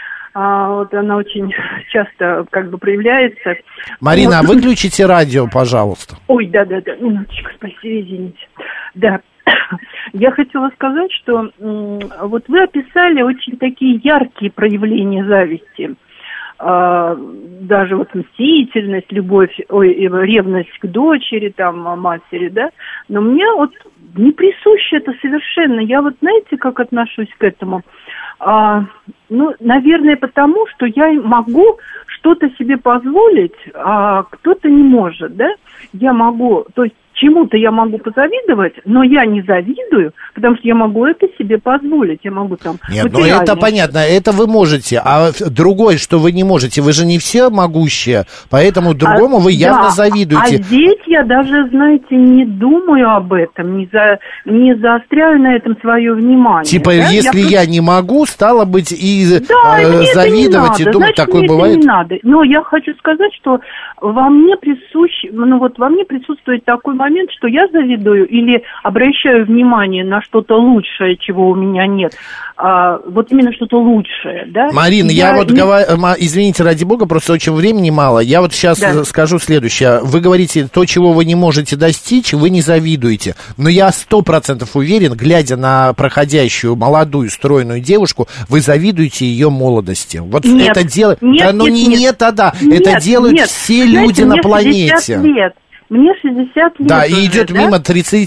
А, вот она очень часто как бы проявляется. Марина, вот. А выключите радио, пожалуйста. Ой, да-да-да. Минуточку, спасибо, извините. Да. Я хотела сказать, что м- вот вы описали очень такие яркие проявления зависти. А, даже вот мстительность, любовь, ой, ревность к дочери, там, матери, да, но мне вот не присуще это совершенно. Я вот, знаете, как отношусь к этому? А, ну, наверное, потому, что я могу что-то себе позволить, а кто-то не может, да? Я могу, то есть чему-то я могу позавидовать, но я не завидую, потому что я могу это себе позволить, я могу там... Нет, ну это понятно, это вы можете, а другое, что вы не можете, вы же не все могущие, поэтому другому а, вы явно да, завидуете. А здесь я даже, знаете, не думаю об этом, не, за, не заостряю на этом свое внимание. Типа, да? если я, я не могу, стало быть, и да, э, завидовать, и надо. думать, Значит, такое мне бывает? Это не надо. Но я хочу сказать, что во мне присущ, ну вот во мне присутствует такой момент, что я завидую или обращаю внимание на что-то лучшее, чего у меня нет. А, вот именно что-то лучшее, да? Марина, я, я вот не... говорю, извините, ради бога, просто очень времени мало. Я вот сейчас да. скажу следующее. Вы говорите, то, чего вы не можете достичь, вы не завидуете. Но я сто процентов уверен, глядя на проходящую молодую, стройную девушку, вы завидуете ее молодости. Вот нет, это дело... Нет, да, ну нет, не нет, нет, а да. Нет, это делают нет. все Знаете, люди на планете. шестьдесят лет. Мне шестьдесят лет. Да, уже, и идет да? мимо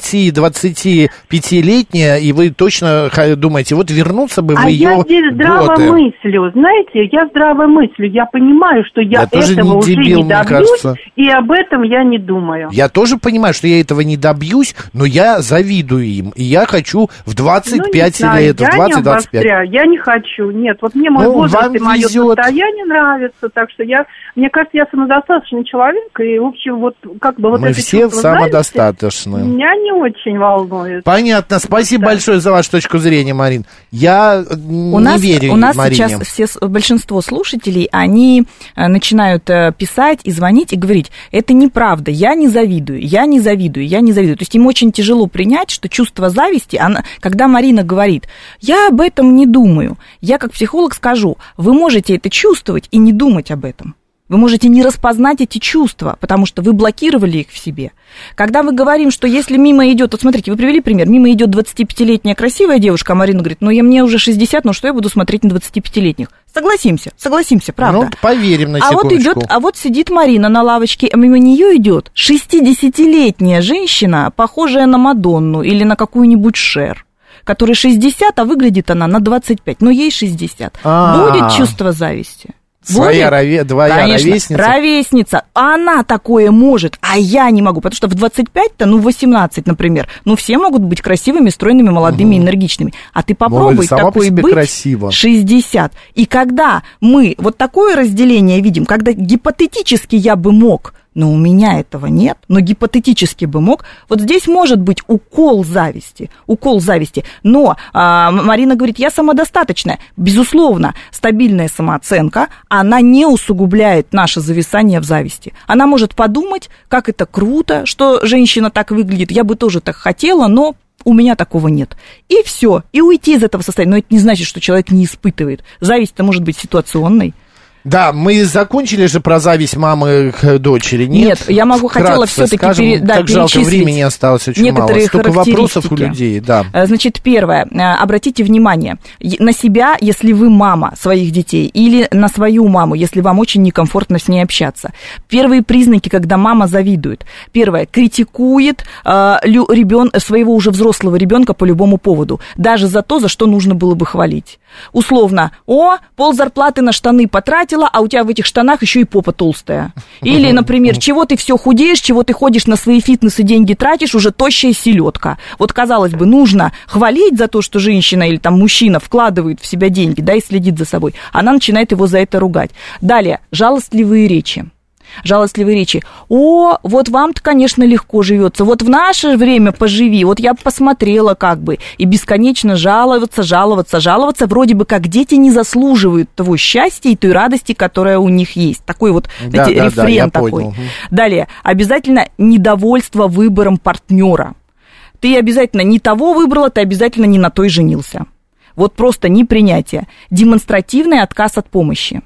тридцати-двадцатипятилетняя, и вы точно думаете, вот вернуться бы в а ее я здесь здраво годы. мыслю, знаете, я здраво мыслю, я понимаю, что я, я этого не уже дебил, не добьюсь, и об этом я не думаю. Я тоже понимаю, что я этого не добьюсь, но я завидую им, и я хочу в двадцать пять ну, лет, в двадцать-двадцать пять. Я, я не хочу, нет, вот мне мой ну, возраст и мое везет. состояние нравится, так что я, мне кажется, я самодостаточный человек, и, в общем, вот как бы вот мы это все чувство самодостаточны. зависти меня не очень волнует. Понятно, спасибо да. большое за вашу точку зрения, Марин. Я у не нас, верю у нас Марине. Сейчас все, большинство слушателей, они начинают писать и звонить и говорить, это неправда, я не завидую, я не завидую, я не завидую. То есть им очень тяжело принять, что чувство зависти, она, когда Марина говорит, я об этом не думаю, я как психолог скажу, вы можете это чувствовать и не думать об этом. Вы можете не распознать эти чувства, потому что вы блокировали их в себе. Когда мы говорим, что если мимо идет, вот смотрите, вы привели пример, мимо идет двадцатипятилетняя красивая девушка, а Марина говорит, ну я, мне уже шестьдесят, ну что я буду смотреть на двадцатипятилетних? Согласимся, согласимся, правда. Ну, поверим на а секундочку. Вот идет, а вот сидит Марина на лавочке, а мимо нее идет шестидесятилетняя женщина, похожая на Мадонну или на какую-нибудь Шер, которой шестьдесят, а выглядит она на двадцать пять, но ей шестьдесят. А-а-а. Будет чувство зависти? Своя рове, двоя Конечно, ровесница. ровесница. Она такое может, а я не могу. Потому что в двадцать пять-то, ну, в восемнадцать, например, ну, все могут быть красивыми, стройными, молодыми, угу. энергичными. А ты попробуй ну, такой быть красиво. шестьдесят. И когда мы вот такое разделение видим, когда гипотетически я бы мог, но у меня этого нет, но гипотетически бы мог, вот здесь может быть укол зависти, укол зависти. Но а, Марина говорит, я самодостаточная. Безусловно, стабильная самооценка, она не усугубляет наше зависание в зависти. Она может подумать, как это круто, что женщина так выглядит, я бы тоже так хотела, но у меня такого нет. И все, и уйти из этого состояния. Но это не значит, что человек не испытывает. Зависть-то может быть ситуационной. Да, мы закончили же про зависть мамы к дочери, нет? Нет, я могу, хотела все-таки пере, да, так жалко, времени осталось очень мало. Столько вопросов у людей, да. Значит, первое, обратите внимание, на себя, если вы мама своих детей, или на свою маму, если вам очень некомфортно с ней общаться. Первые признаки, когда мама завидует. Первое, критикует э, ребен, своего уже взрослого ребенка по любому поводу, даже за то, за что нужно было бы хвалить. Условно, о, пол зарплаты на штаны потратила, а у тебя в этих штанах еще и попа толстая. Или, например, чего ты все худеешь, чего ты ходишь на свои фитнесы, деньги тратишь, уже тощая селедка. Вот, казалось бы, нужно хвалить за то, что женщина или там мужчина вкладывает в себя деньги, да, и следит за собой. Она начинает его за это ругать. Далее, жалостливые речи. Жалостливые речи. О, вот вам-то, конечно, легко живется. Вот в наше время поживи. Вот я посмотрела как бы. И бесконечно жаловаться, жаловаться, жаловаться. Вроде бы как дети не заслуживают того счастья и той радости, которая у них есть. Такой вот, да, знаете, да, рефрен да, такой. Понял. Далее. Обязательно недовольство выбором партнера. Ты обязательно не того выбрала, ты обязательно не на той женился. Вот просто непринятие. Демонстративный отказ от помощи.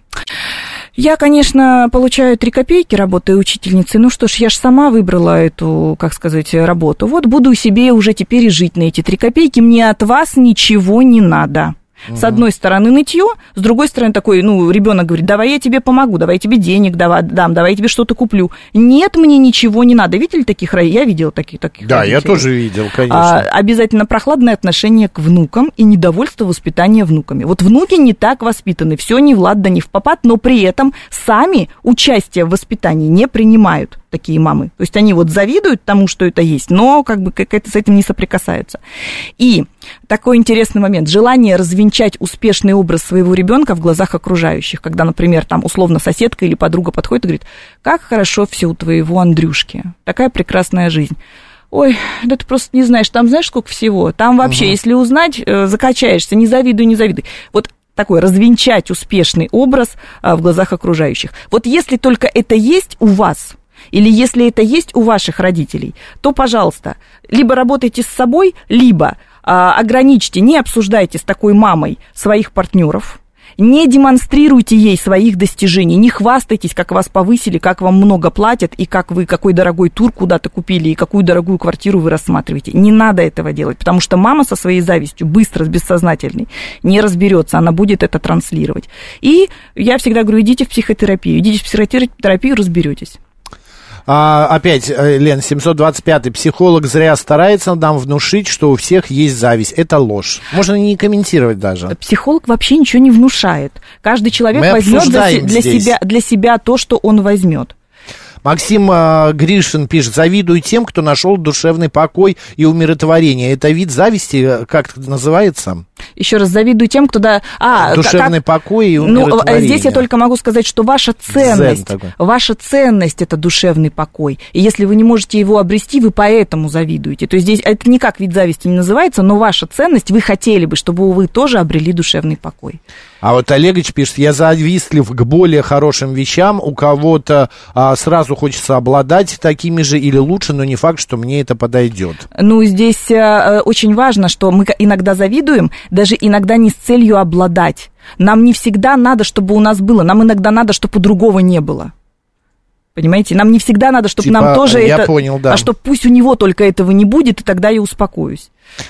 Я, конечно, получаю три копейки, работая учительницей. Ну что ж, я ж сама выбрала эту, как сказать, работу. Вот буду себе уже теперь и жить на эти три копейки. Мне от вас ничего не надо. Угу. С одной стороны нытье, с другой стороны такой, ну, ребенок говорит, давай я тебе помогу, давай я тебе денег давай, дам, давай я тебе что-то куплю. Нет, мне ничего не надо. Видели таких родителей? Я видела таких, таких да, родителей. Да, я тоже видел, конечно. А, обязательно прохладное отношение к внукам и недовольство воспитания внуками. Вот внуки не так воспитаны, все не в лад да не в попад, но при этом сами участие в воспитании не принимают, такие мамы. То есть они вот завидуют тому, что это есть, но как бы как-то с этим не соприкасаются. И такой интересный момент. Желание развенчать успешный образ своего ребенка в глазах окружающих. Когда, например, там условно соседка или подруга подходит и говорит, как хорошо все у твоего Андрюшки, такая прекрасная жизнь. Ой, да ты просто не знаешь, там знаешь сколько всего. Там вообще, угу. если узнать, закачаешься, не завидуй, не завидуй. Вот такой развенчать успешный образ в глазах окружающих. Вот если только это есть у вас, или если это есть у ваших родителей, то, пожалуйста, либо работайте с собой, либо а, ограничьте, не обсуждайте с такой мамой своих партнеров, не демонстрируйте ей своих достижений, не хвастайтесь, как вас повысили, как вам много платят, и как вы, какой дорогой тур куда-то купили, и какую дорогую квартиру вы рассматриваете. Не надо этого делать, потому что мама со своей завистью быстро, бессознательной, не разберется, она будет это транслировать. И я всегда говорю, идите в психотерапию, идите в психотерапию, разберетесь. А, опять, Лен, семьсот двадцать пятый. Психолог зря старается нам внушить, что у всех есть зависть. Это ложь. Можно не комментировать даже. Психолог вообще ничего не внушает. Каждый человек Мы возьмет для, для, себя, для себя то, что он возьмет. Максим э, Гришин пишет, завидую тем, кто нашел душевный покой и умиротворение. Это вид зависти, как это называется? Еще раз, завидую тем, кто... Да, а, душевный как, покой и умиротворение. Ну, здесь я только могу сказать, что ваша ценность, ваша ценность – это душевный покой. И если вы не можете его обрести, вы поэтому завидуете. То есть здесь это никак вид зависти не называется, но ваша ценность, вы хотели бы, чтобы вы тоже обрели душевный покой. А вот Олегович пишет, я завистлив к более хорошим вещам, у кого-то а, сразу хочется обладать такими же или лучше, но не факт, что мне это подойдет. Ну, здесь а, очень важно, что мы иногда завидуем, даже иногда не с целью обладать. Нам не всегда надо, чтобы у нас было, нам иногда надо, чтобы у другого не было. Понимаете, нам не всегда надо, чтобы типа, нам тоже я это... понял, да. А чтобы пусть у него только этого не будет, и тогда я успокоюсь.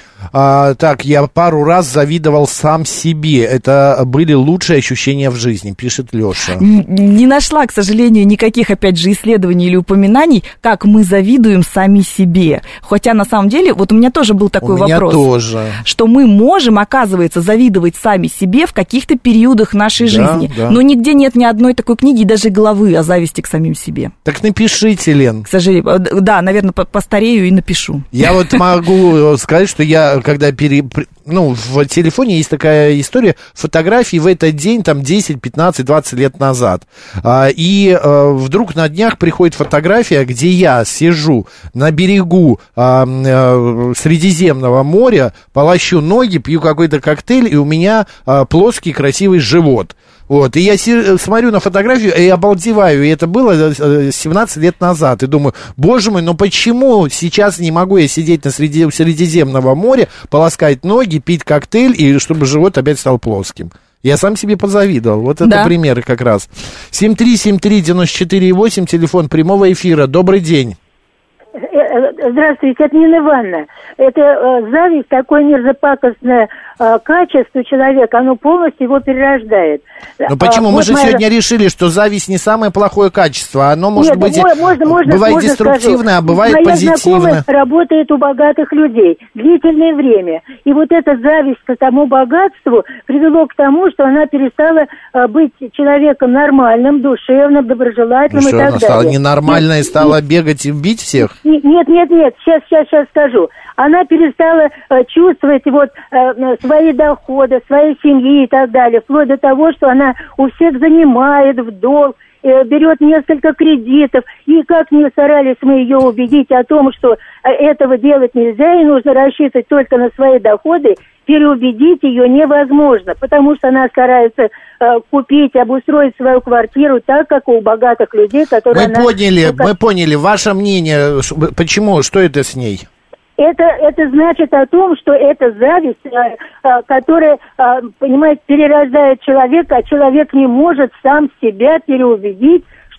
А, так, я пару раз завидовал сам себе. Это были лучшие ощущения в жизни, пишет Леша. Не, не нашла, к сожалению, никаких, опять же, исследований или упоминаний, как мы завидуем сами себе. Хотя, на самом деле, вот у меня тоже был такой у меня вопрос. Тоже. Что мы можем, оказывается, завидовать сами себе в каких-то периодах нашей да, жизни. Да. Но нигде нет ни одной такой книги, даже главы о зависти к самим себе. Так напишите, Лен. К сожалению, да, наверное, постарею и напишу. Я вот могу сказать, что я... когда пере... ну, в телефоне есть такая история фотографий в этот день, там, десять, пятнадцать, двадцать лет назад. А, и а, вдруг на днях приходит фотография, где я сижу на берегу а, а, Средиземного моря, полощу ноги, пью какой-то коктейль, и у меня а, плоский красивый живот. Вот, и я смотрю на фотографию и обалдеваю, и это было семнадцать лет назад, и думаю, боже мой, но почему сейчас не могу я сидеть на среди, Средиземного моря, полоскать ноги, пить коктейль, и чтобы живот опять стал плоским? Я сам себе позавидовал, вот это да. примеры как раз. семь три семь три девяносто четыре восемь, телефон прямого эфира, добрый день. Здравствуйте, это Нина Ивановна. Это э, зависть, такое мерзопакостное э, качество человека, оно полностью его перерождает. Ну почему? А, Мы вот же моя... сегодня решили, что зависть не самое плохое качество, оно может Нет, быть можно, можно, бывает можно деструктивное, скажу. А бывает моя позитивное. Моя знакомая работает у богатых людей длительное время, и вот эта зависть к тому богатству привело к тому, что она перестала э, быть человеком нормальным, душевным, доброжелательным ну, и так далее. Стала ненормальной и стала бегать и бить всех? Нет, нет, нет, сейчас, сейчас, сейчас скажу. Она перестала э, чувствовать вот э, свои доходы, своей семьи и так далее, вплоть до того, что она у всех занимает в долг, э, берет несколько кредитов. И как ни старались мы ее убедить о том, что э, этого делать нельзя и нужно рассчитывать только на свои доходы, переубедить ее невозможно, потому что она старается э, купить, обустроить свою квартиру так, как у богатых людей, которые... Мы она... поняли, ну, как... мы поняли. Ваше мнение, почему, что это с ней? Это, это значит о том, что это зависть, э, э, которая, э, понимаете, перерождает человека, а человек не может сам себя переубедить,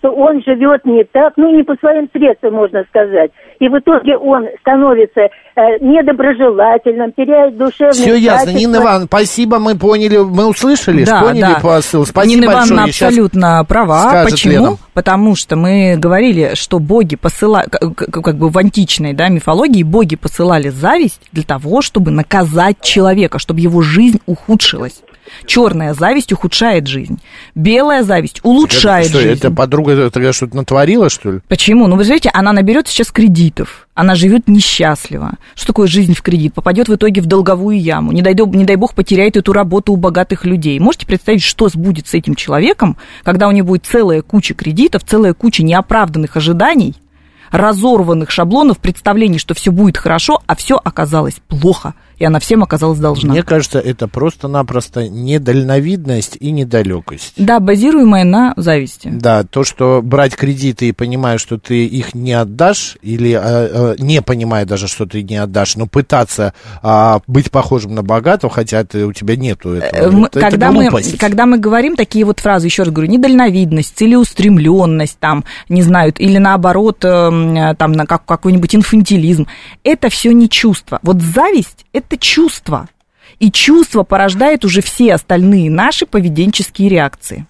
что он живет не так, ну, не по своим средствам, можно сказать. И в итоге он становится э, недоброжелательным, теряет душевное качество. Все ясно. Нина Ивановна, спасибо, мы поняли, мы услышали, да, поняли да. посыл. Спасибо Нина большое. Ивановна абсолютно права. Почему? Лена. Потому что мы говорили, что боги посылали, как бы в античной, да, мифологии, боги посылали зависть для того, чтобы наказать человека, чтобы его жизнь ухудшилась. Черная зависть ухудшает жизнь. Белая зависть улучшает это, что, жизнь. Это подруга тогда что-то натворила, что ли? Почему? Ну, вы знаете, она наберет сейчас кредитов. Она живет несчастливо. Что такое жизнь в кредит? Попадет в итоге в долговую яму. Не дай, не дай бог потеряет эту работу у богатых людей. Можете представить, что будет с этим человеком, когда у него будет целая куча кредитов, целая куча неоправданных ожиданий, разорванных шаблонов, представлений, что все будет хорошо, а все оказалось плохо, и она всем оказалась должна. Мне кажется, это просто-напросто недальновидность и недалекость. Да, базируемая на зависти. Да, то, что брать кредиты и понимая, что ты их не отдашь, или э, э, не понимая даже, что ты не отдашь, но пытаться э, быть похожим на богатого, хотя ты, у тебя нету этого. Мы, это, когда, это мы, глупость. когда мы говорим такие вот фразы, еще раз говорю, недальновидность, целеустремленность, там, не знаю, или наоборот, э, там, на как, какой-нибудь инфантилизм, это все не чувство. Вот зависть – это чувство. И чувство порождает уже все остальные наши поведенческие реакции.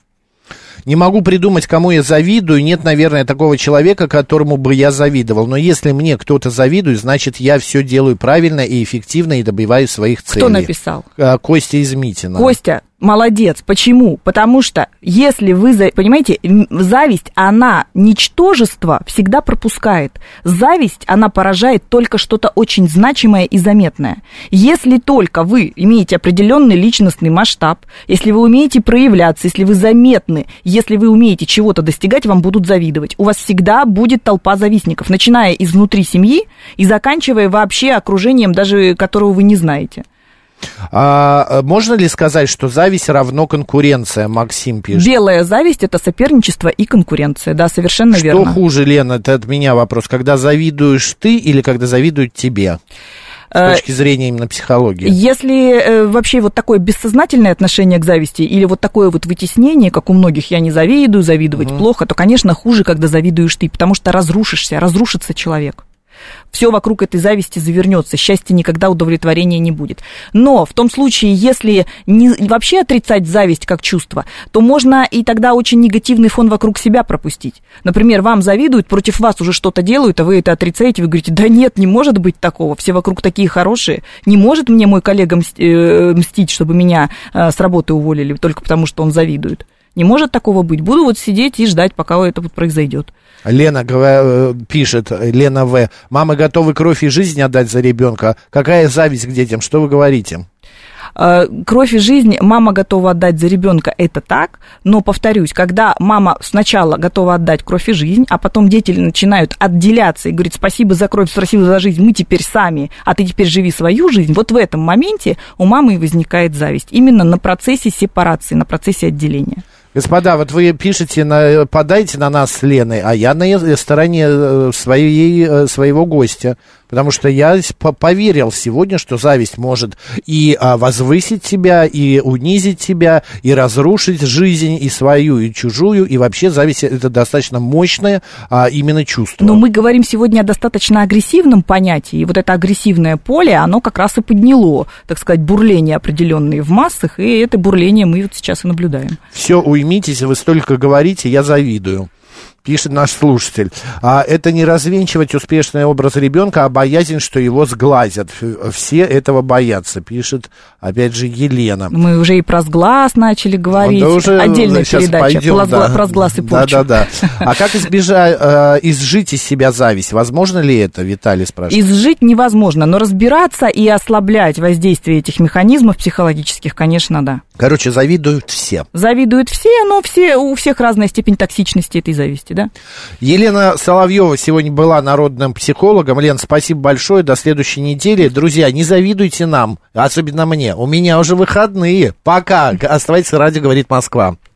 Не могу придумать, кому я завидую. Нет, наверное, такого человека, которому бы я завидовал. Но если мне кто-то завидует, значит, я все делаю правильно и эффективно и добиваюсь своих целей. Кто написал? Костя из Митина. Костя, молодец. Почему? Потому что если вы, понимаете, зависть, она ничтожество всегда пропускает. Зависть, она поражает только что-то очень значимое и заметное. Если только вы имеете определенный личностный масштаб, если вы умеете проявляться, если вы заметны, если вы умеете чего-то достигать, вам будут завидовать. У вас всегда будет толпа завистников, начиная изнутри семьи и заканчивая вообще окружением, даже которого вы не знаете. А можно ли сказать, что зависть равно конкуренция, Максим пишет? Белая зависть – это соперничество и конкуренция, да, совершенно что верно. Что хуже, Лена, это от меня вопрос, когда завидуешь ты или когда завидуют тебе? С точки зрения именно психологии. Если э, вообще вот такое бессознательное отношение к зависти или вот такое вот вытеснение, как у многих «я не завидую», «завидовать угу. плохо», то, конечно, хуже, когда завидуешь ты, потому что разрушишься, разрушится человек. Все вокруг этой зависти завернется, счастья никогда, удовлетворения не будет. Но в том случае, если не, вообще отрицать зависть как чувство, то можно и тогда очень негативный фон вокруг себя пропустить. Например, вам завидуют, против вас уже что-то делают, а вы это отрицаете, вы говорите, да нет, не может быть такого, все вокруг такие хорошие, не может мне мой коллега мстить, чтобы меня с работы уволили, только потому что он завидует. Не может такого быть. Буду вот сидеть и ждать, пока это вот произойдет. Лена пишет, Лена В. Мамы готовы кровь и жизнь отдать за ребенка. Какая зависть к детям? Что вы говорите? Кровь и жизнь мама готова отдать за ребенка, это так, но, повторюсь, когда мама сначала готова отдать кровь и жизнь, а потом дети начинают отделяться и говорят, спасибо за кровь, спасибо за жизнь, мы теперь сами, а ты теперь живи свою жизнь, вот в этом моменте у мамы и возникает зависть, именно на процессе сепарации, на процессе отделения. Господа, вот вы пишете, нападайте на нас с Леной, а я на стороне своей, своего гостя, потому что я поверил сегодня, что зависть может и возвысить тебя, и унизить тебя, и разрушить жизнь, и свою, и чужую, и вообще зависть это достаточно мощное а, именно чувство. Но мы говорим сегодня о достаточно агрессивном понятии, и вот это агрессивное поле, оно как раз и подняло, так сказать, бурление определенные в массах, и это бурление мы вот сейчас и наблюдаем. Все, уймитесь, вы столько говорите, я завидую. Пишет наш слушатель. А это не развенчивать успешный образ ребенка, а боязнь, что его сглазят. Все этого боятся, пишет, опять же, Елена. Мы уже и про сглаз начали говорить. Да уже отдельная передача пойдем, про, да. про сглаз и порчу. Да, да, да. А как избежать, э, изжить из себя зависть? Возможно ли это, Виталий спрашивает? Изжить невозможно, но разбираться и ослаблять воздействие этих механизмов психологических, конечно, да. Короче, завидуют все. Завидуют все, но все, у всех разная степень токсичности этой зависти, да? Елена Соловьева сегодня была народным психологом. Лен, спасибо большое, до следующей недели. Друзья, не завидуйте нам, особенно мне. У меня уже выходные. Пока. Оставайтесь, радио говорит Москва.